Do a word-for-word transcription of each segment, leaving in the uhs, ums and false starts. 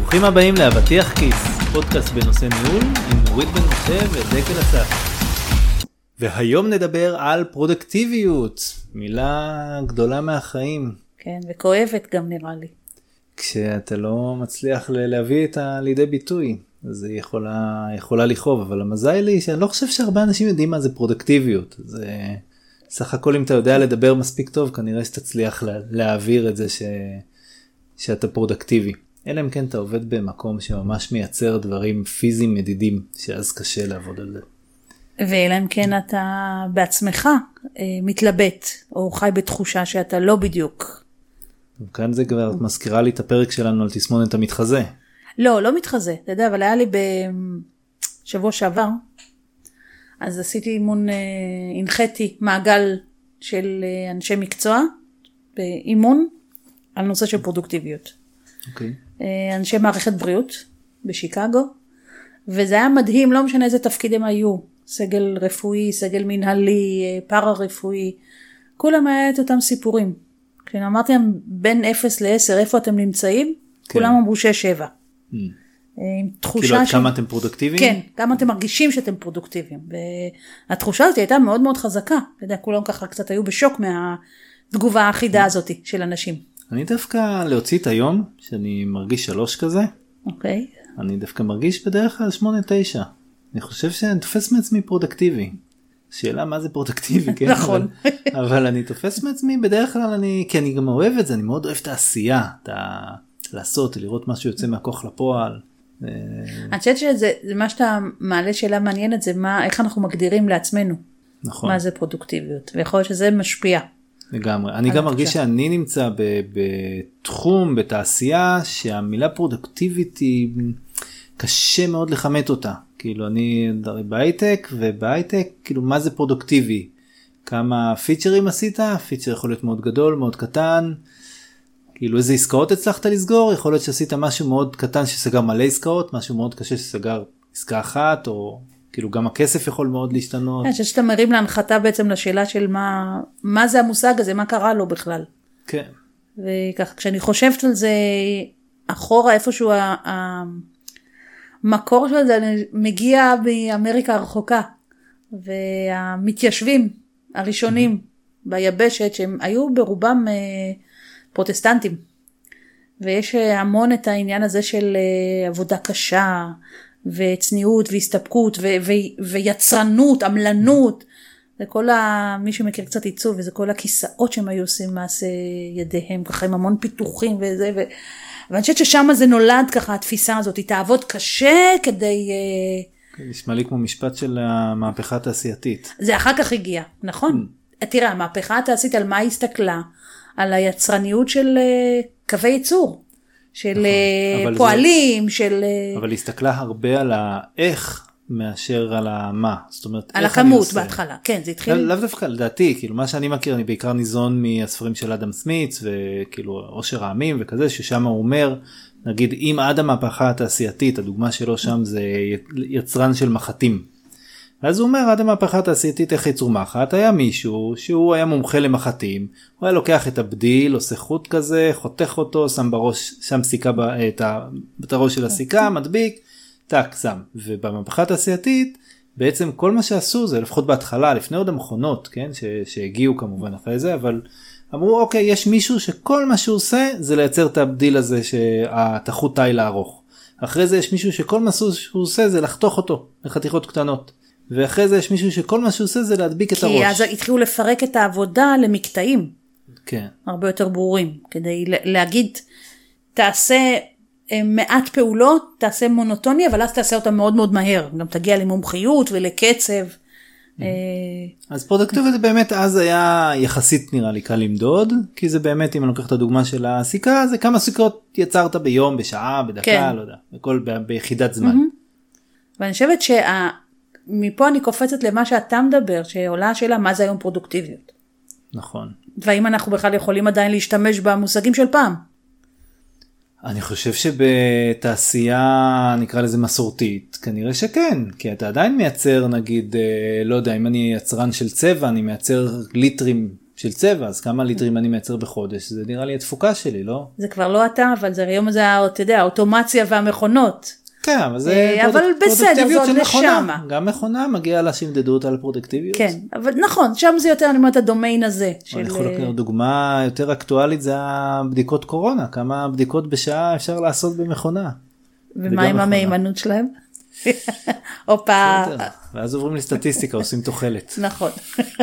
ברוכים הבאים לאבטיח כיס, פודקאסט בנושא ניהול עם נורית בן משה ודקל אסף. והיום נדבר על פרודקטיביות, מילה גדולה מהחיים. כן, וכואבת גם נראה לי. כשאתה לא מצליח להביא את לידי ביטוי, אז היא יכולה, יכולה לכאוב, אבל המזל לי שאני לא חושב שהרבה אנשים יודעים מה זה פרודקטיביות. זה סך הכל אם אתה יודע לדבר מספיק טוב, כנראה שתצליח לה, להעביר את זה ש, שאתה פרודקטיבי. אלא אם כן אתה עובד במקום שממש מייצר דברים פיזיים מדידים, שאז קשה לעבוד על זה. ואלא אם כן אתה בעצמך מתלבט, או חי בתחושה שאתה לא בדיוק. כאן זה כבר מזכירה לי את הפרק שלנו על תסמונת המתחזה. לא, לא מתחזה, אתה יודע, אבל היה לי בשבוע שעבר, אז עשיתי אימון, הנחיתי מעגל של אנשי מקצוע, באימון, על נושא של פרודוקטיביות. אוקיי. אנשי מערכת בריאות, בשיקגו, וזה היה מדהים, לא משנה איזה תפקיד הם היו, סגל רפואי, סגל מנהלי, פארה רפואי, כולם היה את אותם סיפורים. כשאמרתי להם בין אפס לעשר, איפה אתם נמצאים, כן. כולם אמרו שש שבע. Mm. עם תחושה כאילו, ש... כמה אתם פרודוקטיביים? כן, כמה אתם מרגישים שאתם פרודוקטיביים. והתחושה הזאת הייתה מאוד מאוד חזקה. אתה יודע, כולם ככה קצת היו בשוק מהתגובה האחידה הזאת של אנשים. אני דווקא להוציא את היום, שאני מרגיש שלוש כזה. אוקיי. אני דווקא מרגיש בדרך כלל שמונה תשע. אני חושב שאני תופס מעצמי פרודקטיבי. שאלה מה זה פרודקטיבי, כן? נכון. אבל, אבל אני תופס מעצמי בדרך כלל, אני, כי אני גם אוהב את זה, אני מאוד אוהב את העשייה, את ה... לעשות, לראות משהו יוצא מהכוח לפועל. אני חושבת שזה מה שאתה מעלה שאלה מעניינת, זה מה, איך אנחנו מגדירים לעצמנו. נכון. מה זה פרודוקטיביות, ויכול להיות שזה משפיע. לגמרי. אני גם מרגיש שאני נמצא בתחום, בתעשייה, שהמילה פרודוקטיבית היא קשה מאוד לחמת אותה. כאילו אני בהייטק, ובהייטק, כאילו מה זה פרודוקטיבי? כמה פיצ'רים עשית? פיצ'ר יכול להיות מאוד גדול, מאוד קטן. כאילו איזה עסקאות הצלחת לסגור? יכול להיות שעשית משהו מאוד קטן שסגר מלא עסקאות, משהו מאוד קשה שסגר עסקה אחת, או כאילו גם הכסף יכול מאוד להשתנות. אני חושבת שאתה מרים להנחתה בעצם לשאלה של מה, מה זה המושג הזה, מה קרה לו בכלל. כן. וכך, כשאני חושבת על זה אחורה, איפשהו המקור של זה מגיע באמריקה הרחוקה, והמתיישבים הראשונים ביבשת, שהם היו ברובם פרוטסטנטים, ויש המון את העניין הזה של עבודה קשה, וצניעות והסתפקות, ו- ו- ויצרנות, עמלנות, זה כל ה... מי שמכיר קצת עיצוב, וזה כל הכיסאות שהם היו עושים מעשה ידיהם, ככה עם המון פיתוחים וזה, ו... ואני חושבת ששם זה נולד ככה, התפיסה הזאת, היא תעבוד קשה כדי... נשמע לי כמו משפט של המהפכה התעשייתית. זה אחר כך הגיע, נכון? תראה, המהפכה התעשייתית על מה היא הסתכלה? על היצרניות של קווי ייצור, של נכון, פועלים, זה... של... אבל הסתכלה הרבה על האיך מאשר על המה. זאת אומרת, על הכמות בהתחלה, כן, זה התחיל... לאו דווקא, לדעתי, כאילו מה שאני מכיר, אני בעיקר ניזון מהספרים של אדם סמיץ, וכאילו עושר העמים וכזה, ששם הוא אומר, נגיד, אם עד המהפכה התעשייתית, הדוגמה שלו שם זה יצרן של מחטים. אז הוא אומר, עד המהפכה התעשייתית איך ייצור מחט, היה מישהו שהוא היה מומחה למחטים, הוא היה לוקח את הבדיל, עושה חוט כזה, חותך אותו, שם בראש, שם סיכה את, ה, את הראש של הסיכה, מדביק, טק, שם. ובמהפכה התעשייתית, בעצם כל מה שעשו זה, לפחות בהתחלה, לפני עוד המכונות, כן, ש, שהגיעו כמובן אחרי זה, אבל אמרו, אוקיי, יש מישהו שכל מה שהוא עושה, זה לייצר את הבדיל הזה, את החוט תיל הארוך. אחרי זה יש מישהו שכל מה שהוא עושה, זה לחתוך אותו, לחתיכות קטנות. ואחרי זה יש מישהו שכל מה שהוא עושה זה להדביק את הראש. כי אז התחילו לפרק את העבודה למקטעים. כן. הרבה יותר ברורים. כדי להגיד, תעשה מעט פעולות, תעשה מונוטוני, אבל אז תעשה אותה מאוד מאוד מהר. גם תגיע למומחיות ולקצב. אז פרודוקטיביות זה באמת, אז היה יחסית נראה לי קל למדוד, כי זה באמת, אם אני לוקח את הדוגמה של הסיכה, זה כמה סיכות יצרת ביום, בשעה, בדקה, לא יודע, בכל, ביחידת זמן. ואני חושבת שה... מפה אני קופצת למה שאתה מדבר, שעולה השאלה מה זה היום פרודוקטיביות. נכון. והאם אנחנו בכלל יכולים עדיין להשתמש במושגים של פעם? אני חושב שבתעשייה נקרא לזה מסורתית, כנראה שכן, כי אתה עדיין מייצר נגיד, לא יודע, אם אני יצרן של צבע, אני מייצר ליטרים של צבע, אז כמה ליטרים אני מייצר בחודש, זה נראה לי התפוקה שלי, לא? זה כבר לא אתה, אבל זה היום זה, אתה יודע, האוטומציה והמכונות. כן, אבל זה אבל בסדר, זה עוד לשם. גם מכונה מגיעה לה שימדדו אותה על פרודקטיביות. כן, אבל נכון, שם זה יותר, אני אומרת, הדומיין הזה. אני יכול לקרוא דוגמה יותר אקטואלית, זה הבדיקות קורונה, כמה בדיקות בשעה אפשר לעשות במכונה. ומה עם המהימנות שלהם? ואז עוברים לסטטיסטיקה, עושים תוחלת. נכון.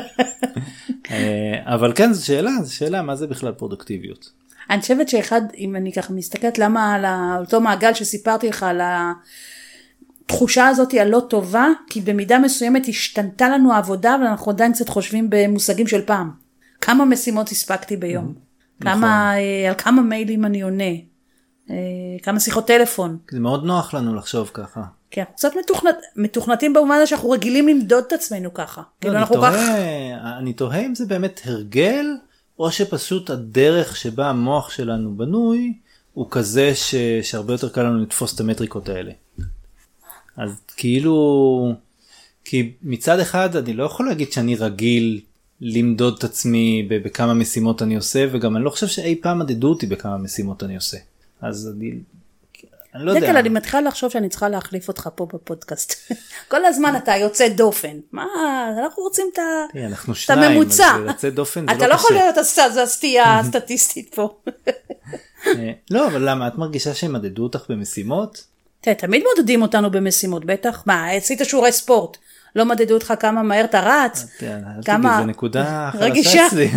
אבל כן, זו שאלה, זו שאלה, מה זה בכלל פרודקטיביות? אני חושבת שאחד, אם אני ככה מסתכלת, למה על אותו מעגל שסיפרתי לך, על התחושה הזאת הלא טובה, כי במידה מסוימת השתנתה לנו העבודה, אבל אנחנו עדיין קצת חושבים במושגים של פעם. כמה משימות הספקתי ביום? כמה, על כמה מיילים אני עונה? כמה שיחות טלפון? זה מאוד נוח לנו לחשוב ככה. כן, קצת מתוכנת, מתוכנתים במובן הזה שאנחנו רגילים למדוד את עצמנו ככה. לא, אני, תוהה, כך... אני תוהה אם זה באמת הרגל, או שפשוט הדרך שבה המוח שלנו בנוי, הוא כזה ש... שהרבה יותר קל לנו לתפוס את המטריקות האלה. אז כאילו, כי מצד אחד אני לא יכול להגיד שאני רגיל למדוד את עצמי בכמה משימות אני עושה, וגם אני לא חושב שאי פעם מדדו אותי בכמה משימות אני עושה. אז אני... אני לא יודע. אני מתחילה לחשוב שאני צריכה להחליף אותך פה בפודקאסט. כל הזמן אתה יוצא דופן. מה, אנחנו רוצים את הממוצע. אנחנו שניים, אז יוצא דופן זה לא קשה. אתה לא יכול להיות הסטייה הסטטיסטית פה. לא, אבל למה? את מרגישה שהם מדדו אותך במשימות? תמיד מודדים אותנו במשימות, בטח. מה, עשית שיעורי ספורט. לא מדדו אותך כמה מהר אתה רץ. כמה... זה נקודה חלשה אצלי.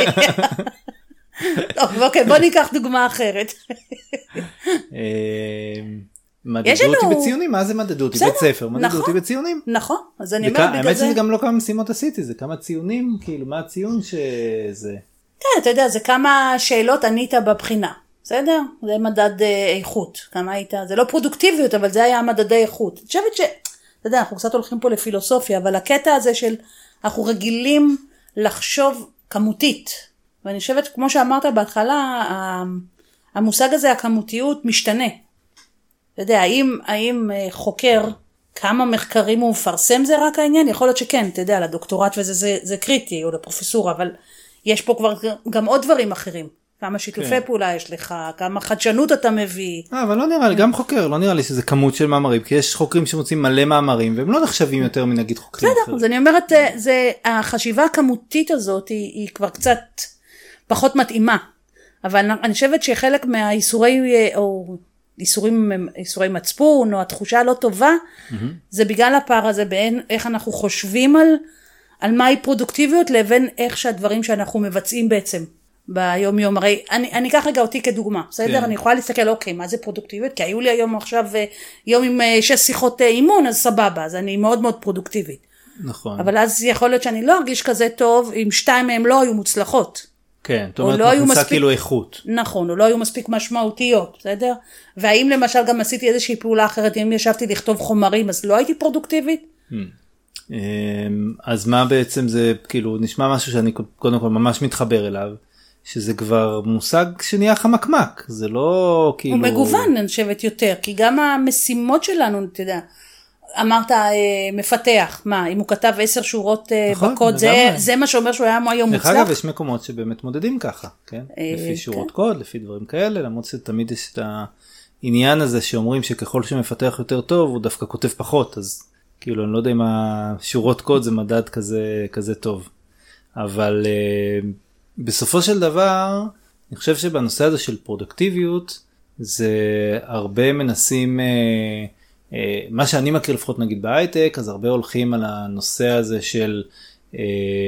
אוקיי, בוא ניקח דוגמה אחרת. מדדו אותי בציונים, מה זה מדדו אותי? בית ספר, מדדו אותי בציונים. נכון, אז אני אומרת בגלל זה. האמת שזה גם לא כמה משימות עשיתי, זה כמה ציונים, כאילו מה הציון שזה... כן, אתה יודע, זה כמה שאלות ענית בבחינה, בסדר? זה מדד איכות, כמה היית, זה לא פרודוקטיביות, אבל זה היה מדדי איכות. אני חושבת ש, אתה יודע, אנחנו קצת הולכים פה לפילוסופיה, אבל הקטע הזה של, אנחנו רגילים לחשוב כמותית, ואני חושבת, כמו שאמרת בהתחלה, המושג הזה, הכמותיות, משתנה. אתה יודע, האם, האם חוקר כמה מחקרים הוא מפרסם זה רק העניין? יכול להיות שכן, אתה יודע, לדוקטורט וזה זה, זה קריטי, או לפרופסורה, אבל יש פה כבר גם עוד דברים אחרים. כמה שיתופי כן. פעולה יש לך, כמה חדשנות אתה מביא. אה, אבל לא נראה לי, גם חוקר, לא נראה לי שזה כמות של מאמרים, כי יש חוקרים שמוצאים מלא מאמרים, והם לא נחשבים יותר מנגיד חוקרים אחרים. בסדר, אז אני אומרת, זה, החשיבה הכמותית הזאת היא, היא כבר קצת פחות מתאימה. אבל אני חושבת שחלק מהאיסורי, או איסורים, איסורי מצפון, או התחושה הלא טובה, mm-hmm. זה בגלל הפער הזה, בין איך אנחנו חושבים על, על מהי פרודוקטיביות, לבין איך שהדברים שאנחנו מבצעים בעצם, ביום יום. הרי אני, אני אקח רגע אותי כדוגמה, בסדר? כן. אני יכולה להסתכל, אוקיי, מה זה פרודוקטיביות? כי היו לי היום עכשיו יום עם שש שיחות אימון, אז סבבה, אז אני מאוד מאוד פרודוקטיבית. נכון. אבל אז יכול להיות שאני לא ארגיש כזה טוב, אם שתיים מהם לא היו מוצלחות. כן, זאת אומרת, לא מכניסה מספיק... כאילו איכות. נכון, או לא היו מספיק משמעותיות, בסדר? והאם למשל גם עשיתי איזושהי פעולה אחרת, אם ישבתי לכתוב חומרים, אז לא הייתי פרודוקטיבית? אז מה בעצם זה, כאילו, נשמע משהו שאני קודם כל ממש מתחבר אליו, שזה כבר מושג שנהיה חמקמק, זה לא כאילו... הוא מגוון, אני חושבת יותר, כי גם המשימות שלנו, אתה יודע, אמרת מפתח, מה, אם הוא כתב עשר שורות נכון, בקוד, זה, זה מה שאומר שהוא היה היום מוצלח? דרך אגב, יש מקומות שבאמת מודדים ככה, כן? לפי שורות כן. קוד, לפי דברים כאלה, למרות שתמיד יש את העניין הזה שאומרים שככל שמפתח יותר טוב, הוא דווקא כותב פחות, אז כאילו אני לא יודע אם השורות קוד זה מדד כזה, כזה טוב. אבל uh, בסופו של דבר, אני חושב שבנושא הזה של פרודקטיביות, זה הרבה מנסים... Uh, מה שאני מכיר לפחות נגיד בהייטק, אז הרבה הולכים על הנושא הזה של אה,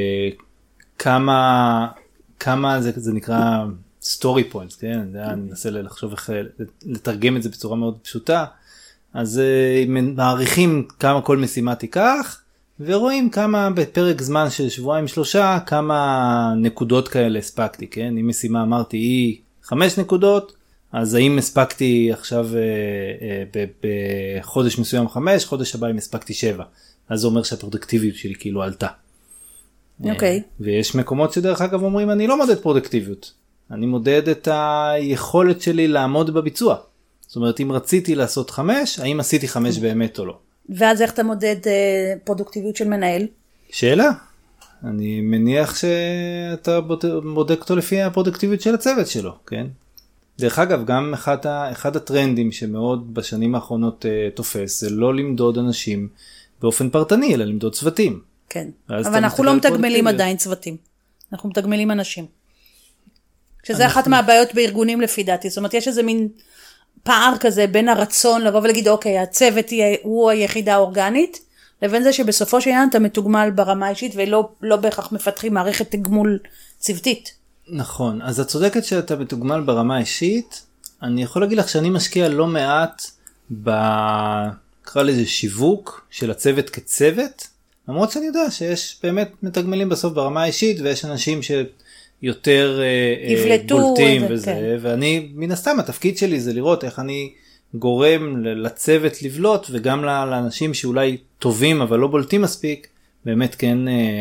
כמה, כמה זה, זה נקרא story points, כן? אני מנסה לחשוב איך לתרגם את זה בצורה מאוד פשוטה, אז אה, מעריכים כמה כל משימה תיקח, ורואים כמה בפרק זמן של שבועיים שלושה, כמה נקודות כאלה הספקתי, כן? אם משימה אמרתי היא חמש נקודות, אז האם הספקתי עכשיו אה, אה, בחודש מסוים חמש, חודש הבא אם הספקתי שבע. אז זה אומר שהפרודקטיביות שלי כאילו עלתה. אוקיי. Okay. ויש מקומות שדרך אגב אומרים, אני לא מודד פרודקטיביות. אני מודד את היכולת שלי לעמוד בביצוע. זאת אומרת, אם רציתי לעשות חמש, האם עשיתי חמש באמת או לא. ואז איך אתה מודד אה, פרודקטיביות של מנהל? שאלה. אני מניח שאתה בודק אותו לפי הפרודקטיביות של הצוות שלו, כן? דרך אגב, גם אחד, אחד הטרנדים שמאוד בשנים האחרונות uh, תופס, זה לא למדוד אנשים באופן פרטני, אלא למדוד צוותים. כן, אבל אנחנו לא מתגמלים עדיין צוותים, אנחנו מתגמלים אנשים. שזה אנחנו... אחת מהבעיות בארגונים לפי דעתי, זאת אומרת, יש איזה מין פער כזה בין הרצון לבוא ולהגיד, אוקיי, הצוות יהיה, הוא היחידה האורגנית, לבין זה שבסופו של עניין אתה מתוגמל ברמה אישית, ולא לא בהכרח מפתחים מערכת תגמול צוותית. נכון, אז את צודקת שאתה מתוגמל ברמה אישית, אני יכול להגיד לך שאני משקיע לא מעט בקרא לזה שיווק של הצוות כצוות, למרות שאני יודע שיש באמת מתגמלים בסוף ברמה האישית, ויש אנשים שיותר יבלטו, בולטים זה, וזה, כן. ואני מן הסתם התפקיד שלי זה לראות איך אני גורם לצוות לבלוט, וגם לאנשים שאולי טובים אבל לא בולטים מספיק, באמת כן...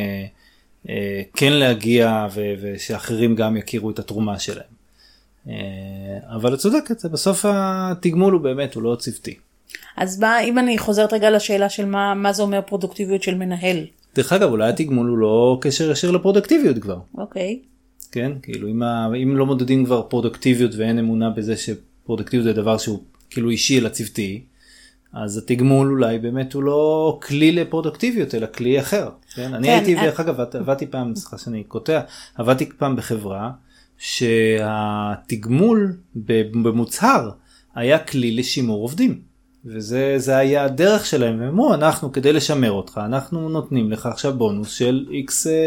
כן להגיע ו- ושאחרים גם יכירו את התרומה שלהם. אבל את צודקת, בסוף התגמול הוא באמת, הוא לא צוותי. אז מה, אם אני חוזרת רגע לשאלה של מה, מה זה אומר פרודוקטיביות של מנהל? דרך אגב, אולי התגמול הוא לא קשר ישיר לפרודקטיביות כבר. אוקיי. כן, כאילו אם, ה- אם לא מודדים כבר פרודקטיביות ואין אמונה בזה שפרודקטיביות זה דבר שהוא כאילו אישי לצוותי, אז התגמול אולי באמת הוא לא כלי לפרודקטיביות, אלא כלי אחר. כן? אני הייתי, דרך אגב, עבדתי פעם, סליחה שאני קוטע, עבדתי פעם בחברה, שהתגמול במוצהר היה כלי לשימור עובדים. וזה זה היה הדרך שלהם, והם אמרו, אנחנו כדי לשמר אותך, אנחנו נותנים לך עכשיו בונוס של איקס אה,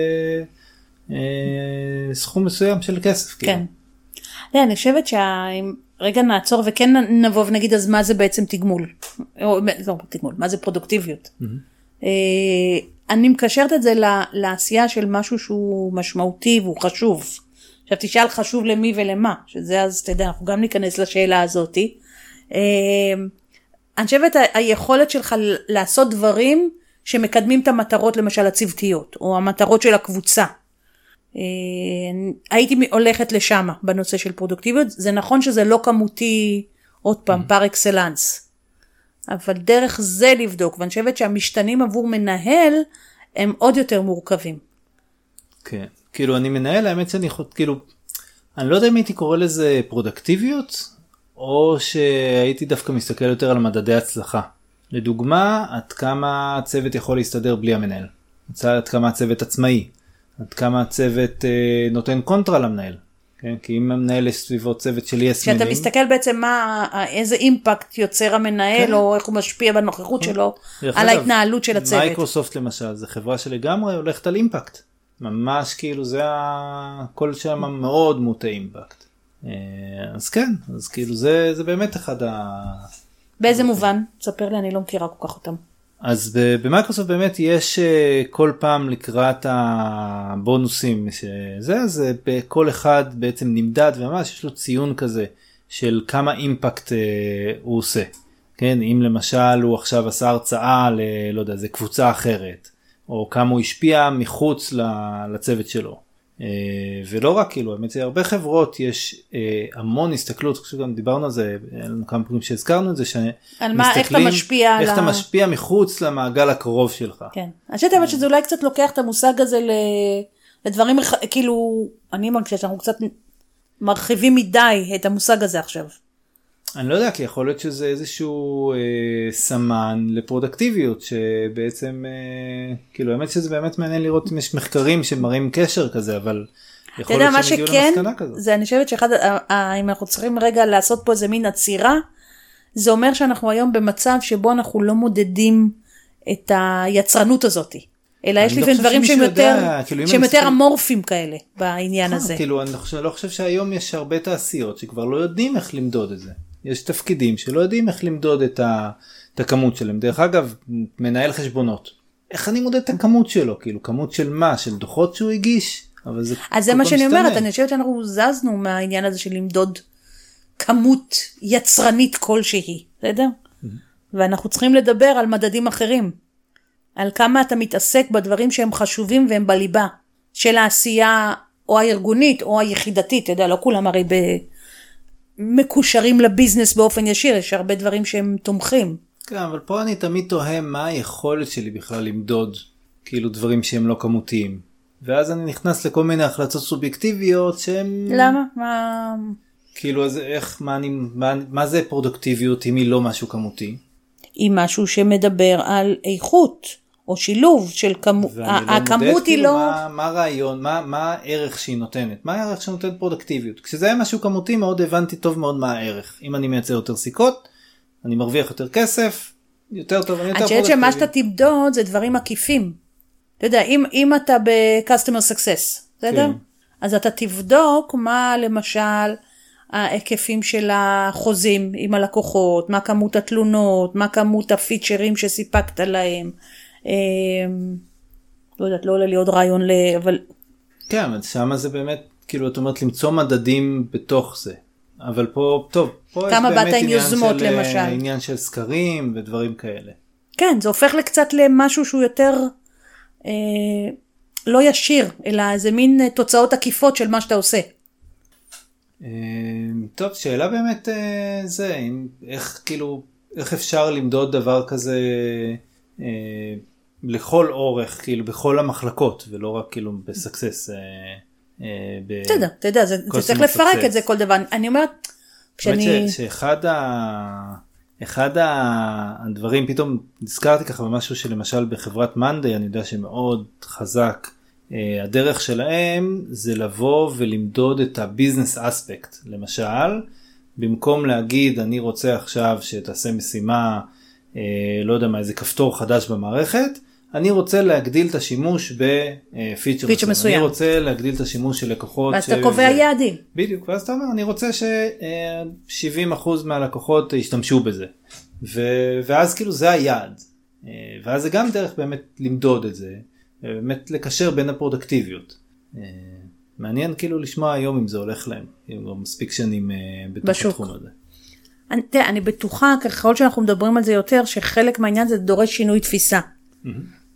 אה, סכום מסוים של כסף. כן. כאילו. אני חושבת שה... רגע נעצור וכן נבוא ונגיד אז מה זה בעצם תגמול, או, לא תגמול, מה זה פרודוקטיביות. Mm-hmm. אני מקשרת את זה לעשייה של משהו שהוא משמעותי והוא חשוב. עכשיו תשאל חשוב למי ולמה, שזה אז אתה יודע, אנחנו גם ניכנס לשאלה הזאת. אני חושבת היכולת שלך לעשות דברים שמקדמים את המטרות למשל הצוותיות, או המטרות של הקבוצה. הייתי הולכת לשם בנושא של פרודוקטיביות, זה נכון שזה לא כמותי עוד פעם פר אקסלנס, אבל דרך זה לבדוק, ואני חושבת שהמשתנים עבור מנהל הם עוד יותר מורכבים. כן, כאילו אני מנהל, האמת שאני כאילו, אני לא יודע אם הייתי קורא לזה פרודקטיביות, או שהייתי דווקא מסתכל יותר על מדדי הצלחה. לדוגמה, עד כמה הצוות יכול להסתדר בלי המנהל, עד כמה הצוות עצמאי, עד כמה הצוות אה, נותן קונטרה למנהל, כן? כי אם המנהל יש סביבו צוות של יס מינים. כשאתה מסתכל בעצם מה, איזה אימפקט יוצר המנהל, כן. או איך הוא משפיע בנוכחות שלו, על ההתנהלות של הצוות. מייקרוסופט למשל, זה חברה שלגמרי הולכת על אימפקט. ממש כאילו זה הכל שם מאוד מוטה אימפקט. אז כן, אז כאילו זה, זה באמת אחד ה... באיזה מובן? תספר לי, אני לא מכירה כל כך אותם. אז במייקרוסופט באמת יש כל פעם לקראת הבונוסים שזה, אז בכל אחד בעצם נמדד וממש יש לו ציון כזה של כמה אימפקט הוא עושה. כן, אם למשל הוא עכשיו עשה הרצאה ל, לא יודע, זה קבוצה אחרת, או כמה הוא השפיע מחוץ לצוות שלו. ולא רק כאילו, האמת זה הרבה חברות, יש המון הסתכלות, חושב גם דיברנו על זה, כמה פעמים שהזכרנו את זה, על מה, איך אתה משפיע, איך אתה משפיע מחוץ למעגל הקרוב שלך. כן, אני חושבת אבל שזה אולי קצת לוקח את המושג הזה לדברים, כאילו, אני מרגישה שאנחנו קצת מרחיבים מדי את המושג הזה עכשיו. אני לא יודע, כי יכול להיות שזה איזשהו אה, סמן לפרודקטיביות, שבעצם, אה, כאילו, האמת שזה באמת מעניין לראות אם יש מחקרים שמראים קשר כזה, אבל יכול להיות שהם הגיעו למסקנה כזאת. זה אני חושבת שאחד, אם אנחנו צריכים רגע לעשות פה איזה מין עצירה, זה אומר שאנחנו היום במצב שבו אנחנו לא מודדים את היצרנות הזאת, אלא יש לפעמים דברים שהם יותר, כאילו, שהם יותר אמורפים כאלה בעניין הזה. כאילו, אני לא חושב שהיום יש הרבה תעשיות שכבר לא יודעים איך למדוד את זה. יש תפקידים שלא יודעים איך למדוד את, ה, את הכמות שלהם. דרך אגב, מנהל חשבונות. איך אני מודד את הכמות שלו? כאילו, כמות של מה? של דוחות שהוא הגיש? אבל זה אז זה מה שאני אומרת, אני חושבת שאנחנו זזנו מהעניין הזה של למדוד כמות יצרנית כלשהי, בסדר? Mm-hmm. ואנחנו צריכים לדבר על מדדים אחרים. על כמה אתה מתעסק בדברים שהם חשובים והם בליבה, של העשייה או הארגונית או היחידתית, אתה יודע, לא כולם הרי ב... מקושרים לביזנס באופן ישיר, יש הרבה דברים שהם תומכים. כן, אבל פה אני תמיד תוהה מה היכולת שלי בכלל למדוד, כאילו דברים שהם לא כמותיים. ואז אני נכנס לכל מיני החלטות סובייקטיביות שהן... למה? מה... כאילו, אז איך, מה, אני, מה, מה זה פרודוקטיביות אם היא לא משהו כמותי? היא משהו שמדבר על איכות, או שילוב של כמות, הכמות היא לא... מה, מה הרעיון, מה, מה הערך שהיא נותנת? מה הערך שנותנת פרודוקטיביות? כשזה היה משהו כמותי מאוד הבנתי טוב מאוד מה הערך. אם אני מייצר יותר סיכות, אני מרוויח יותר כסף, יותר טוב, אני יותר פרודוקטיבי. אני חושבת שמה שאתה תמדוד זה דברים עקיפים. אתה יודע, אם, אם אתה ב-customer success, בסדר? כן. אז אתה תבדוק מה למשל ההיקפים של החוזים עם הלקוחות, מה כמות התלונות, מה כמות הפיצ'רים שסיפקת להם. לא יודעת, לא עולה לי עוד רעיון, אבל... כן, אבל שמה זה באמת, כאילו, את אומרת, למצוא מדדים בתוך זה. אבל פה, טוב, פה יש באמת עניין יוזמות, של, למשל. עניין של סקרים ודברים כאלה. כן, זה הופך לקצת למשהו שהוא יותר אה, לא ישיר, אלא זה מין תוצאות עקיפות של מה שאתה עושה. אה, טוב, שאלה באמת אה, זה, איך כאילו, איך אפשר למדוד דבר כזה אה, לכל אורך, כאילו, בכל המחלקות, ולא רק כאילו בסקסס. אה, אתה יודע, אתה יודע, זה צריך לפרק את זה כל דבר. אני אומרת, כשאני... באמת שאחד ה... אחד הדברים, פתאום נזכרתי ככה במשהו שלמשל בחברת מנדי, אני יודע שמאוד חזק, הדרך שלהם זה לבוא ולמדוד את הביזנס אספקט. למשל, במקום להגיד אני רוצה עכשיו שתעשה משימה, לא יודע מה, איזה כפתור חדש במערכת, אני רוצה להגדיל את השימוש בפיצ'ר מסוים. מסוים. אני רוצה להגדיל את השימוש של לקוחות. ואז אתה קובע יעדים. בדיוק, ואז אתה אומר, אני רוצה ש-שבעים אחוז מהלקוחות ישתמשו בזה. ו- ואז כאילו זה היעד. ואז זה גם דרך באמת למדוד את זה, באמת לקשר בין הפרודקטיביות. מעניין כאילו לשמוע היום אם זה הולך להם, אם לא מספיק שנים בתוך בשוק. התחום הזה. אני, תראה, אני בטוחה, ככל שאנחנו מדברים על זה יותר, שחלק מהעניין זה דורש שינוי תפיסה. Mm-hmm.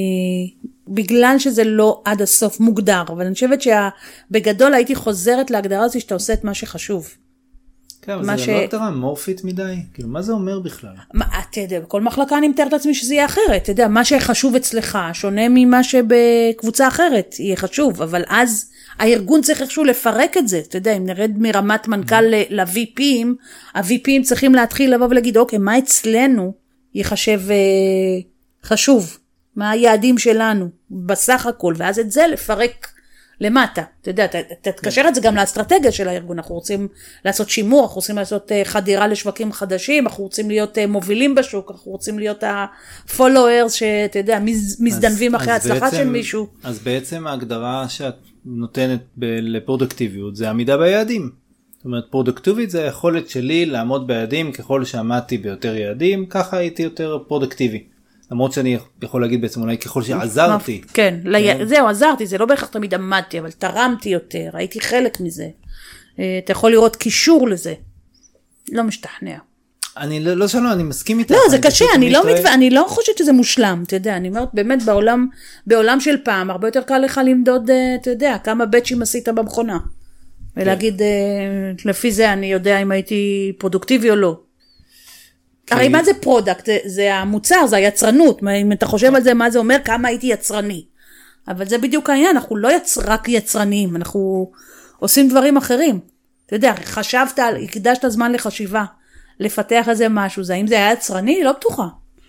בגלל שזה לא עד הסוף מוגדר, אבל אני חושבת שבגדול הייתי חוזרת להגדרה הזו שאתה עושה את מה שחשוב. כן, אבל זה ש... לא הגדרה מורפית מדי, כאילו מה זה אומר בכלל? מה, אתה יודע, בכל מחלקה אני מתארת לעצמי שזה יהיה אחרת, אתה יודע, מה שחשוב אצלך, שונה ממה שבקבוצה אחרת יהיה חשוב, אבל אז הארגון צריך איכשהו לפרק את זה, אתה יודע, אם נרד מרמת מנכ"ל ל-וי פי'ים, ה-וי פי'ים צריכים להתחיל לבוא ולהגיד, אוקיי, מה אצלנו יחשב חשוב? מה היעדים שלנו בסך הכל, ואז את זה לפרק למטה. אתה יודע, אתה תקשר את זה גם לאסטרטגיה של הארגון, אנחנו רוצים לעשות שימור, אנחנו רוצים לעשות חדירה לשווקים חדשים, אנחנו רוצים להיות מובילים בשוק, אנחנו רוצים להיות ה-followers שאתה יודע, מזדנבים אחרי ההצלחה של מישהו. אז בעצם ההגדרה שאת נותנת לפרודקטיביות זה עמידה ביעדים. זאת אומרת, פרודקטיבית זה היכולת שלי לעמוד ביעדים, ככל שעמדתי ביותר יעדים, ככה הייתי יותר פרודקטיבי. למרות שאני יכול להגיד בעצם אולי ככל שעזרתי. כן, זהו, עזרתי, זה לא בהכרח תמיד עמדתי, אבל תרמתי יותר, הייתי חלק מזה. אתה יכול לראות קישור לזה. לא משתכנע. אני לא שלא, אני מסכים איתך. לא, זה קשה, אני לא חושבת שזה מושלם, אתה יודע, אני אומרת באמת בעולם של פעם, הרבה יותר קל לך למדוד, אתה יודע, כמה בצ'ים עשית במכונה. ולהגיד, לפי זה אני יודע אם הייתי פרודוקטיבי או לא. הרי מה זה פרודקט? זה, זה המוצר, זה היצרנות. אם אתה חושב על זה, מה זה אומר? כמה הייתי יצרני. אבל זה בדיוק העניין, אנחנו לא יצ... רק יצרניים, אנחנו עושים דברים אחרים. אתה יודע, חשבת, הקדשת זמן לחשיבה, לפתח איזה משהו, זה האם זה היה יצרני? לא בטוחה.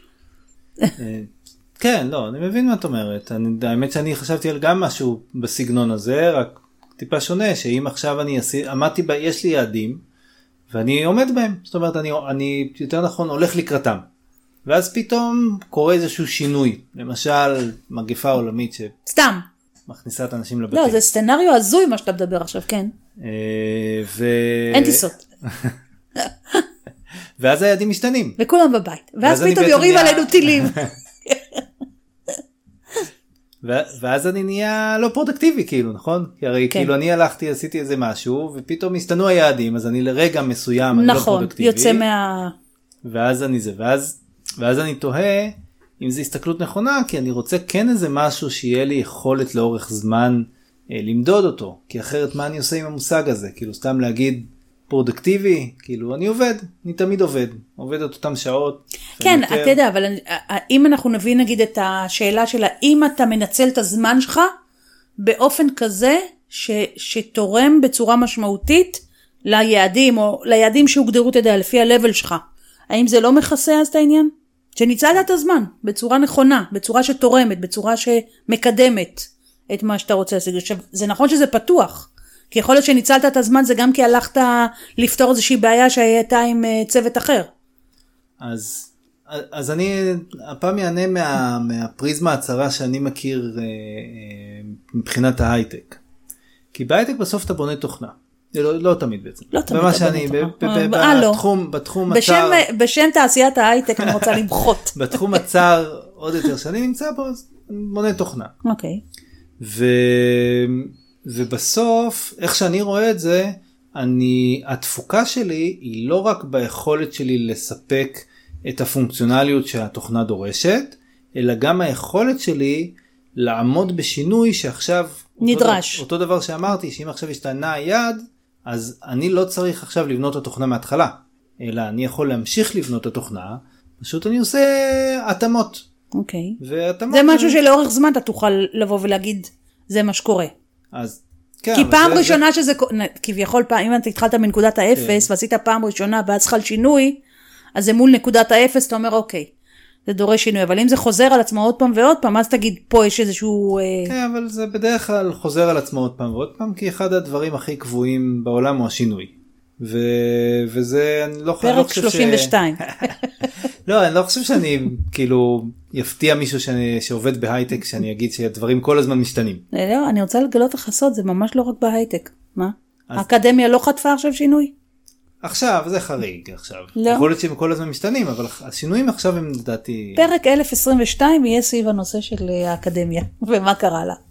כן, לא, אני מבין מה את אומרת. אני, האמת שאני חשבתי על גם משהו בסגנון הזה, רק טיפה שונה, שאם עכשיו אני עמדתי, ב... יש לי יעדים, ואני עומד בהם, זאת אומרת, אני, אני יותר נכון הולך לקראתם. ואז פתאום קורה איזשהו שינוי, למשל, מגפה עולמית ש... סתם. מכניסה את האנשים לבתים. לא, זה סצנריו הזוי מה שאתה מדבר עכשיו, כן. ו... אין טיסות. ואז היעדים משתנים. וכולם בבית. ואז פתאום יורים עלינו טילים. ואז אני נהיה לא פרודקטיבי כאילו, נכון? כי הרי כאילו אני הלכתי, עשיתי איזה משהו, ופתאום השתנו היעדים, אז אני לרגע מסוים, אני לא פרודקטיבי. נכון, יוצא מה... ואז אני זה, ואז, ואז אני תוהה אם זו הסתכלות נכונה, כי אני רוצה כן איזה משהו שיהיה לי יכולת לאורך זמן אה, למדוד אותו, כי אחרת מה אני עושה עם המושג הזה? כאילו סתם להגיד פרודקטיבי, כאילו אני עובד, אני תמיד עובד, עובד את אותם שעות. כן, יותר... אתה יודע, אבל אם אנחנו נבין נגיד את השאלה של האם אתה מנצל את הזמן שלך באופן כזה ש, שתורם בצורה משמעותית ליעדים, או ליעדים שהוגדרו, תדע, לפי הלבל שלך. האם זה לא מכסה אז את העניין? שניצלת את הזמן, בצורה נכונה, בצורה שתורמת, בצורה שמקדמת את מה שאתה רוצה להשיג. עכשיו, זה נכון שזה פתוח, כי יכול להיות שניצלת את הזמן, זה גם כי הלכת לפתור איזושהי בעיה שהייתה עם צוות אחר. אז... אז אני הפעם יענה מה, מהפריזמה הצרה שאני מכיר אה, אה, מבחינת ההייטק. כי בהייטק בסוף אתה בונה תוכנה. לא, לא תמיד בעצם. לא תמיד במה אתה שאני, בונה תוכנה. ב, ב, אה, בתחום, לא. בתחום בשם, הצר... בשם תעשיית ההייטק אני רוצה למחות. בתחום הצר עוד יותר שאני נמצא בו, אז אני בונה תוכנה. אוקיי. ו... ובסוף, איך שאני רואה את זה, אני, התפוקה שלי היא לא רק ביכולת שלי לספק את הפונקציונליות שהתוכנה דורשת, אלא גם היכולת שלי לעמוד בשינוי שעכשיו... נדרש. אותו, אותו דבר שאמרתי, שאם עכשיו השתנה היעד, אז אני לא צריך עכשיו לבנות את התוכנה מההתחלה, אלא אני יכול להמשיך לבנות את התוכנה, פשוט אני עושה התאמות. אוקיי. והתאמות... זה משהו שלאורך זמן אתה תוכל לבוא ולהגיד, זה מה שקורה. אז... כן, כי פעם זה, ראשונה זה... שזה, כביכול פעם, אם אתה התחלת מנקודת האפס, כן. ועשית פעם ראשונה, ואז חל שינוי, אז זה מול נקודת האפס, אתה אומר, אוקיי, זה דורש שינוי, אבל אם זה חוזר על עצמו עוד פעם ועוד פעם, אז תגיד, פה יש איזשהו... כן, אבל זה בדרך כלל חוזר על עצמו עוד פעם ועוד פעם, כי אחד הדברים הכי קבועים בעולם הוא השינוי. ו... וזה, אני לא, פרק לא חושב שלושים ושתיים. ש... לא, אני לא חושב שאני, כאילו, יפתיע מישהו שאני, שעובד בהייטק, שאני אגיד שהדברים כל הזמן משתנים. לא, אני רוצה לגלות לך סוד, זה ממש לא רק בהייטק. מה? אז... האקדמיה לא חטפה עכשיו שינוי? עכשיו, זה חריג עכשיו. לא. יכול להיות שהם כל הזמן משתנים, אבל השינויים עכשיו הם לדעתי... פרק אלף עשרים ושתיים יהיה סביב הנושא של האקדמיה, ומה קרה לה.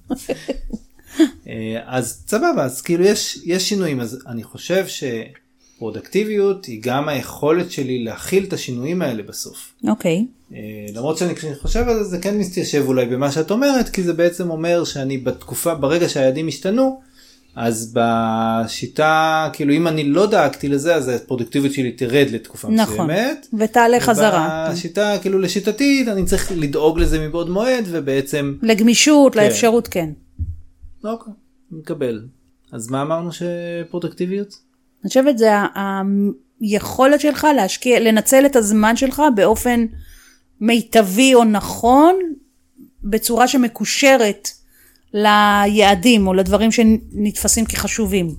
אז סבבה, אז כאילו יש, יש שינויים, אז אני חושב שפרודקטיביות היא גם היכולת שלי להכיל את השינויים האלה בסוף. אוקיי. למרות שאני חושב על זה, זה כן מסתיישב אולי במה שאת אומרת, כי זה בעצם אומר שאני בתקופה, ברגע שהיעדים השתנו, אז בשיטה, כאילו אם אני לא דאגתי לזה, אז הפרודקטיביות שלי תרד לתקופה נכון, מסוימת. ותעלה חזרה. בשיטה, כאילו לשיטתית, אני צריך לדאוג לזה מבעוד מועד, ובעצם... לגמישות, כן. לאפשרות, כן. אוקיי, מקבל. אז מה אמרנו שפרודקטיביות? אני חושבת, זה היכולת שלך להשקיע, לנצל את הזמן שלך באופן מיטבי או נכון, בצורה שמקושרת ליעדים או לדברים שנתפסים כחשובים.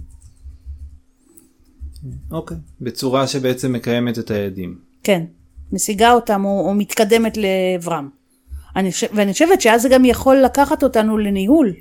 אוקיי, בצורה שבעצם מקיימת את היעדים. כן, משיגה אותם או, או מתקדמת לעברם. אני, ואני חושבת שאז זה גם יכול לקחת אותנו לניהול.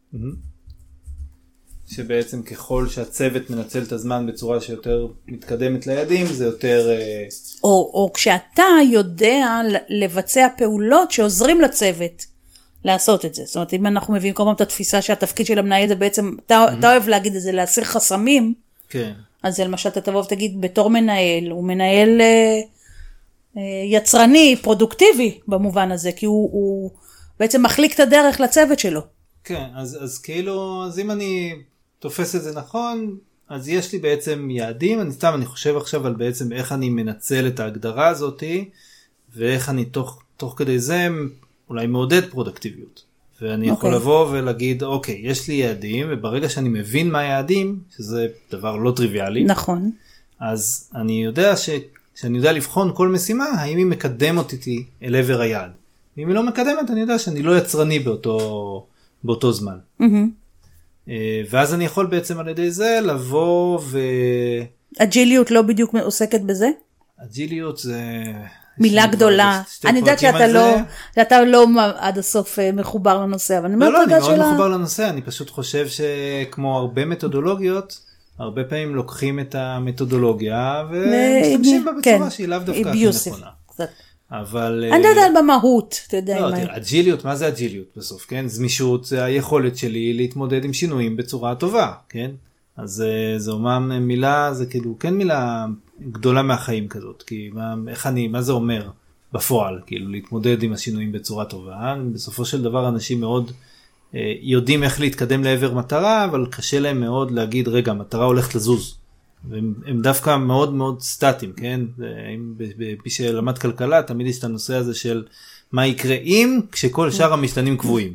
שבעצם ככל שהצוות מנצל את הזמן בצורה שיותר מתקדמת ליעדים, זה יותר... או, או כשאתה יודע לבצע פעולות שעוזרים לצוות לעשות את זה. זאת אומרת, אם אנחנו מביאים כל פעם את התפיסה שהתפקיד של המנהל זה בעצם, אתה, אתה אוהב להגיד את זה, להסיר חסמים, כן. אז זה למשל אתה תבוא ותגיד, בתור מנהל, הוא מנהל אה, אה, יצרני, פרודוקטיבי במובן הזה, כי הוא, הוא בעצם מחליק את הדרך לצוות שלו. כן, אז, אז כאילו, אז אם אני תופס את זה נכון, אז יש לי בעצם יעדים, אני סתם, אני חושב עכשיו על בעצם איך אני מנצל את ההגדרה הזאת, ואיך אני תוך, תוך כדי זה אולי מעודד פרודקטיביות. ואני יכול okay. לבוא ולהגיד, אוקיי, יש לי יעדים, וברגע שאני מבין מה היעדים, שזה דבר לא טריוויאלי, נכון. אז אני יודע ש, שאני יודע לבחון כל משימה, האם היא מקדמת אותי אל עבר היעד. ואם היא לא מקדמת, אני יודע שאני לא יצרני באותו... באותו זמן. Mm-hmm. ואז אני יכול בעצם על ידי זה לבוא ו... אג'יליות לא בדיוק עוסקת בזה? אג'יליות זה... מילה גדולה. אני יודעת שאתה לא, שאתה לא עד הסוף מחובר לנושא, אבל אני אומרת... לא, לא, אני מאוד שלה... מחובר לנושא, אני פשוט חושב שכמו הרבה מתודולוגיות, הרבה פעמים לוקחים את המתודולוגיה ומשתמשים בה בצורה כן. שהיא לאו דווקא הכי נכונה. קצת. אבל... אני יודעת במהות, אתה יודע. לא, תראה, אג'יליות, מה זה אג'יליות בסוף, כן? זמישות זה היכולת שלי להתמודד עם שינויים בצורה טובה, כן? אז זה אומנם מילה, זה כאילו, כן מילה גדולה מהחיים כזאת, כי מה, איך אני, מה זה אומר בפועל, כאילו, להתמודד עם השינויים בצורה טובה. בסופו של דבר, אנשים מאוד אה, יודעים איך להתקדם לעבר מטרה, אבל קשה להם מאוד להגיד, רגע, המטרה הולכת לזוז. והם הם דווקא מאוד מאוד סטטיים, כן? מי שלמד כלכלה, תמיד יש את הנושא הזה של מה יקרה אם, כשכל שאר המשתנים קבועים.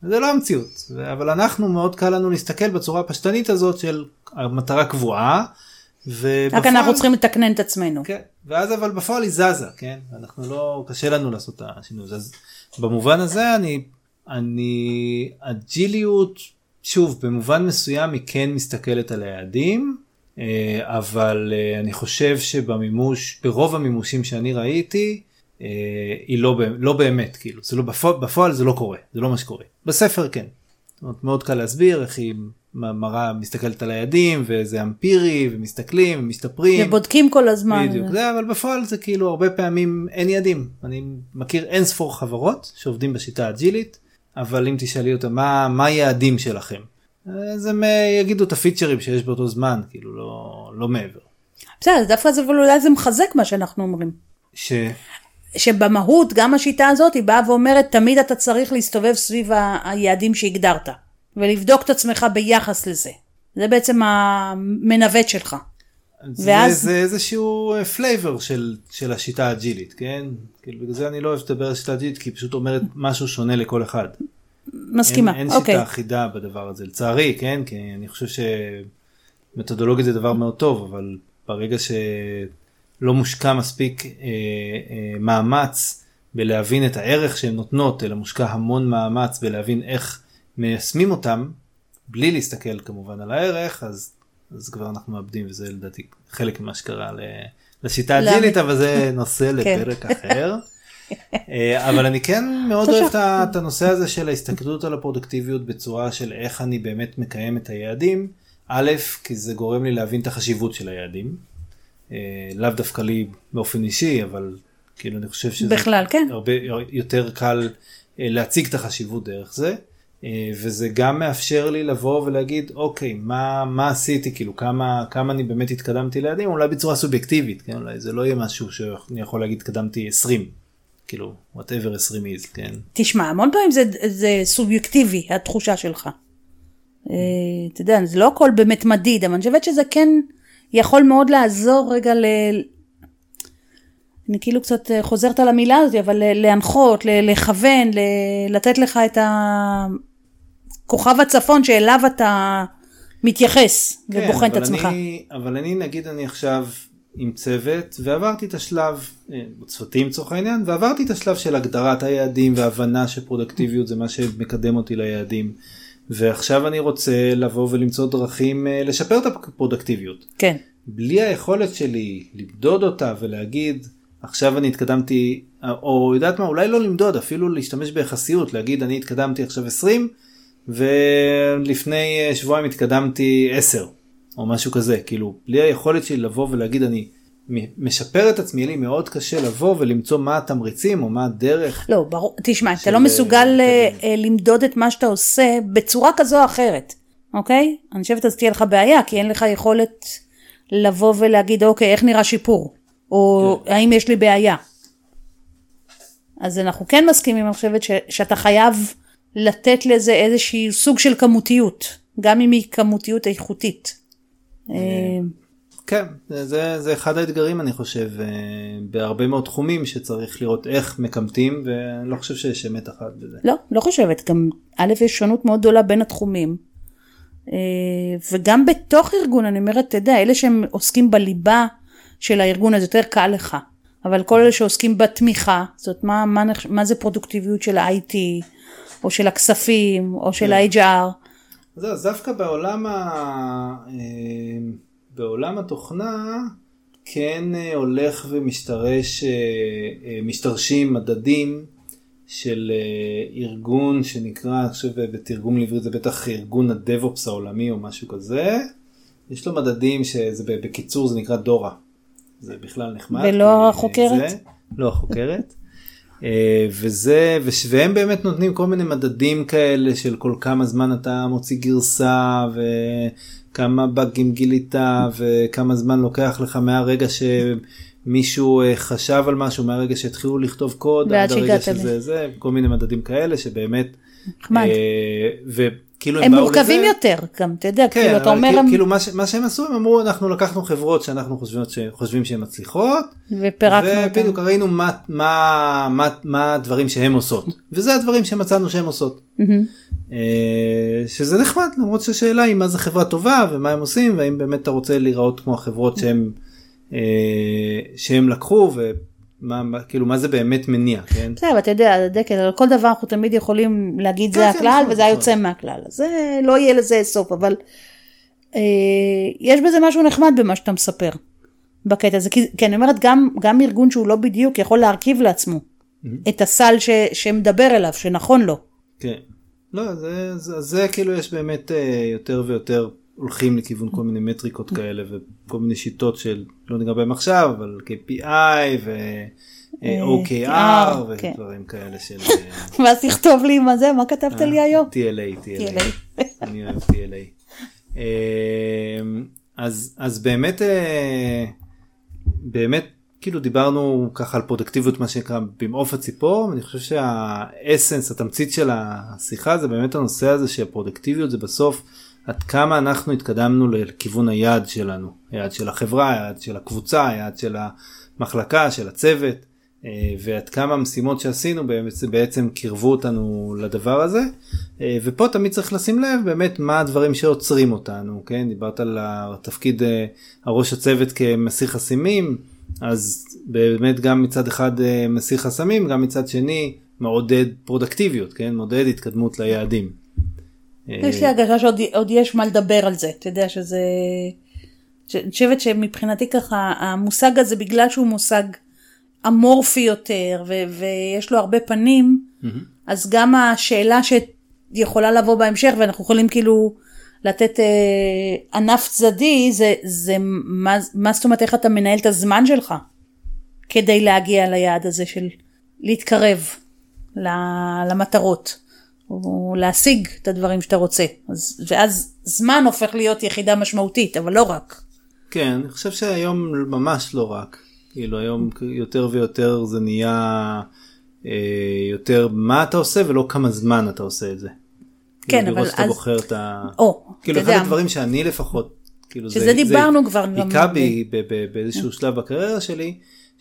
זה לא המציאות, אבל אנחנו מאוד קל לנו להסתכל בצורה הפשטנית הזאת של המטרה קבועה, רק אנחנו צריכים לתקנן את עצמנו. כן, ואז אבל בפועל היא זזה, כן? אנחנו לא, קשה לנו לעשות את השינוי. אז במובן הזה אני, אני, אג'יליות, שוב, במובן מסוים היא כן מסתכלת על היעדים, אבל אני חושב שבמימוש, ברוב המימושים שאני ראיתי, היא לא, לא באמת, כאילו, זה לא, בפועל, בפועל זה לא קורה, זה לא מה שקורה. בספר כן. זאת אומרת, מאוד קל להסביר איך היא מראה, מסתכלת על היעדים, וזה אמפירי, ומסתכלים, ומשתפרים. ובודקים כל הזמן. בדיוק, זה, אבל בפועל זה כאילו, הרבה פעמים אין יעדים. אני מכיר אין ספור חברות שעובדים בשיטה אג'ילית, אבל אם תשאלי אותה, מה, מה היעדים שלכם? אז הם יגידו את הפיצ'רים שיש באותו זמן, כאילו, לא, לא מעבר. בסדר, דווקא זה, אבל אולי זה מחזק מה שאנחנו אומרים. ש... שבמהות, גם השיטה הזאת, היא באה ואומרת, תמיד אתה צריך להסתובב סביב היעדים שהגדרת, ולבדוק את עצמך ביחס לזה. זה בעצם המנווט שלך. זה, ואז... זה איזשהו פלייבר של, של השיטה האג'ילית, כן? כאילו, בגלל זה אני לא אוהב לדבר על השיטה האג'ילית, כי היא פשוט אומרת משהו שונה לכל אחד. מסכימה, אין, אין אוקיי. שיטה אחידה בדבר הזה, לצערי, כן? כי אני חושב שמתודולוגית זה דבר מאוד טוב, אבל ברגע שלא מושקע מספיק אה, אה, מאמץ בלהבין את הערך שהן נותנות, אלא מושקע המון מאמץ בלהבין איך מיישמים אותם, בלי להסתכל כמובן על הערך, אז, אז כבר אנחנו מאבדים, וזה לדעתי חלק ממה שקרה לשיטה האג'ילית, אבל זה נושא לפרק אחר. אבל אני כן מאוד אוהב את הנושא הזה של ההסתכלות על הפרודקטיביות בצורה של איך אני באמת מקיים את היעדים. א', כי זה גורם לי להבין את החשיבות של היעדים. לאו דווקא לי באופן אישי, אבל כאילו אני חושב שזה בכלל, כן. הרבה יותר קל להציג את החשיבות דרך זה. וזה גם מאפשר לי לבוא ולהגיד, אוקיי, מה, מה עשיתי, כאילו, כמה, כמה אני באמת התקדמתי ליעדים, אולי בצורה סובייקטיבית, כן? אולי זה לא יהיה משהו שאני יכול להגיד, התקדמתי עשרים. כאילו, whatever עשרים is, כן. תשמע, המון פעמים זה, זה סובייקטיבי, התחושה שלך. אתה יודע, זה לא הכל באמת מדיד, אבל אני חושבת שזה כן יכול מאוד לעזור רגע ל... אני כאילו קצת חוזרת על המילה הזאת, אבל להנחות, לכוון, לתת לך את הכוכב הצפון שאליו אתה מתייחס ובוחן את עצמך. אני, אבל אני, נגיד, אני עכשיו... עם צוות, ועברתי את השלב, צוותים צורך העניין, ועברתי את השלב של הגדרת היעדים, והבנה שפרודקטיביות זה מה שמקדם אותי ליעדים, ועכשיו אני רוצה לבוא ולמצוא דרכים לשפר את הפרודקטיביות. כן. בלי היכולת שלי למדוד אותה ולהגיד, עכשיו אני התקדמתי, או יודעת מה, אולי לא למדוד, אפילו להשתמש ביחסיות, להגיד אני התקדמתי עכשיו עשרים, ולפני שבועיים התקדמתי עשר. או משהו כזה, כאילו, בלי היכולת שלי לבוא ולהגיד, אני משפר את עצמי, לי מאוד קשה לבוא ולמצוא מה התמריצים, או מה הדרך. לא, ברור, תשמע, אתה לא מסוגל למדוד את מה שאתה עושה בצורה כזו או אחרת, אוקיי? אני חושבת, אז תהיה לך בעיה, כי אין לך יכולת לבוא ולהגיד, אוקיי, איך נראה שיפור? או האם יש לי בעיה? אז אנחנו כן מסכימים, אני חושבת שאתה חייב לתת לזה איזושהי סוג של כמותיות, גם אם היא כמותיות איכותית. כן, זה, זה אחד האתגרים אני חושב בהרבה מאוד תחומים שצריך לראות איך מקמתים, ואני לא חושב שיש אמת אחת בזה. לא, לא חושבת, גם א' יש שונות מאוד גדולה בין התחומים, וגם בתוך ארגון אני אומרת, אתה יודע, אלה שהם עוסקים בליבה של הארגון אז יותר קל לך, אבל כל אלה שעוסקים בתמיכה, זאת מה, מה, מה זה פרודוקטיביות של ה-איי טי, או של הכספים, או של ה-אייץ' אר, אז דווקא בעולם, ה... בעולם התוכנה כן הולך ומשתרש, משתרשים מדדים של ארגון שנקרא, אני חושב בתרגום לעברית זה בטח ארגון הדב-אופס העולמי או משהו כזה, יש לו מדדים שזה בקיצור זה נקרא דורה, זה בכלל נחמד. ולא החוקרת? זה, לא החוקרת. וזה, והם באמת נותנים כל מיני מדדים כאלה של כל כמה זמן אתה מוציא גרסה וכמה באגים גילית וכמה זמן לוקח לך מהרגע שמישהו חשב על משהו, מהרגע שהתחילו לכתוב קוד עד הרגע שזה זה, כל מיני מדדים כאלה שבאמת נחמד. ו... כאילו הם מורכבים יותר, גם, אתה יודע, כן, כאילו, אתה אומר... כאילו, כאילו מה, מה שהם עשו, הם אמרו, אנחנו לקחנו חברות שאנחנו חושבים, חושבים שהן מצליחות, ופירקנו אותן. ובדיוק ראינו מה, מה, מה, מה הדברים שהן עושות, וזה הדברים שמצאנו שהן עושות. שזה נחמד, למרות שהשאלה היא מה זה חברה טובה ומה הם עושים, והאם באמת אתה רוצה לראות כמו החברות שהם, שהם לקחו, ומה, כאילו מה זה באמת מניע, כן? בסדר, אתה יודע, דקל, על כל דבר אנחנו תמיד יכולים להגיד זה הכלל, וזה היוצא מהכלל. זה לא יהיה לזה סוף, אבל יש בזה משהו נחמד במה שאתה מספר. בקטע הזה, כי, כי אני אומרת, גם, גם ארגון שהוא לא בדיוק יכול להרכיב לעצמו mm-hmm. את הסל ש, שמדבר אליו, שנכון לו. כן. לא, זה, זה, זה כאילו יש באמת אה, יותר ויותר הולכים לכיוון כל מיני מטריקות כאלה, וכל מיני שיטות של, לא נגע בהם עכשיו, אבל קיי פי איי ו-או קיי אר ודברים כאלה של... ואז תכתוב לי מה זה, מה כתבת לי היום? טי אל איי, טי אל איי. אני אוהב טי אל איי. אז, אז באמת... באמת, כאילו דיברנו ככה על פרודקטיביות, מה שנקרא במעוף הציפור, אני חושב שהאסנס, התמצית של השיחה, זה באמת הנושא הזה שהפרודקטיביות זה בסוף, עד כמה אנחנו התקדמנו לכיוון היעד שלנו, היעד של החברה, היעד של הקבוצה, היעד של המחלקה, של הצוות, ועד כמה המשימות שעשינו בעצם, בעצם קרבו אותנו לדבר הזה, ופה תמיד צריך לשים לב באמת מה הדברים שעוצרים אותנו, כן? דיברת על התפקיד הראש הצוות כמסיר חסמים, אז באמת גם מצד אחד מסיר חסמים, גם מצד שני מעודד פרודקטיביות, כן? מעודד התקדמות ליעדים. יש לי הרגשה שעוד יש מה לדבר על זה, אתה יודע שזה, אני חושבת שמבחינתי ככה, המושג הזה בגלל שהוא מושג אמורפי יותר, ו- ויש לו הרבה פנים, mm-hmm. אז גם השאלה שיכולה לבוא בהמשך, ואנחנו יכולים כאילו לתת אה, ענף צדדי, זה, זה מה, מה זאת אומרת איך אתה מנהל את הזמן שלך, כדי להגיע ליעד הזה של להתקרב למטרות, או להשיג את הדברים שאתה רוצה. אז, ואז זמן הופך להיות יחידה משמעותית, אבל לא רק. כן, אני חושב שהיום ממש לא רק. כאילו היום יותר ויותר זה נהיה אה, יותר מה אתה עושה ולא כמה זמן אתה עושה את זה. כן, כאילו, אבל אז... אתה בוחר את ה... או, כאילו אחד הדברים שאני לפחות, כאילו שזה זה... דיברנו זה כבר. היכה בי ב- ב- באיזשהו שלב בקריירה שלי,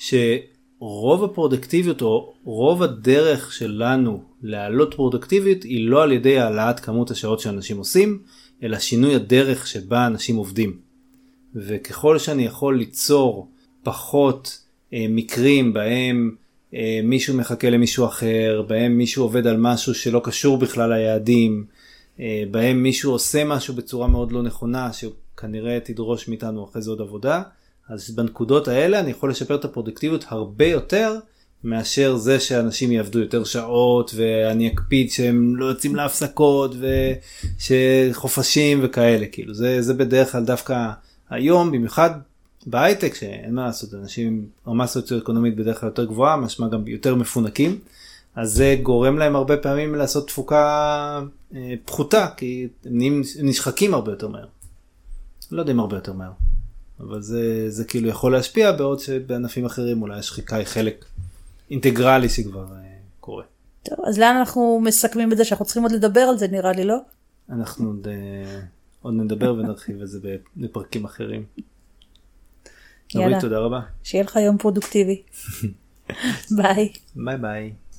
שרוב הפרודקטיביות או רוב הדרך שלנו להעלות פרודקטיביות היא לא על ידי העלאת כמות השעות שאנשים עושים, אלא שינוי הדרך שבה אנשים עובדים. וככל שאני יכול ליצור פחות אה, מקרים בהם אה, מישהו מחכה למישהו אחר, בהם מישהו עובד על משהו שלא קשור בכלל ליעדים, אה, בהם מישהו עושה משהו בצורה מאוד לא נכונה, שכנראה תדרוש מאיתנו אחרי זה עוד עבודה, אז בנקודות האלה אני יכול לשפר את הפרודקטיביות הרבה יותר, מאשר זה שאנשים יעבדו יותר שעות, ואני אקפיד שהם לא יוצאים להפסקות, ושחופשים וכאלה, כאילו זה, זה בדרך כלל דווקא היום, במיוחד בהייטק, שאין מה לעשות, אנשים עם רמה סוציו-אקונומית בדרך כלל יותר גבוהה, משמע גם יותר מפונקים, אז זה גורם להם הרבה פעמים לעשות תפוקה אה, פחותה, כי הם נשחקים הרבה יותר מהר. לא יודעים הרבה יותר מהר, אבל זה, זה כאילו יכול להשפיע, בעוד שבענפים אחרים אולי השחיקה היא חלק אינטגרלי שכבר אה, קורה. טוב, אז לאן אנחנו מסכמים את זה שאנחנו צריכים עוד לדבר על זה, נראה לי, לא? אנחנו עוד, אה, עוד נדבר ונרחיב את זה בפרקים אחרים. יאללה. תודה רבה. שיהיה לך יום פרודוקטיבי. ביי. ביי ביי.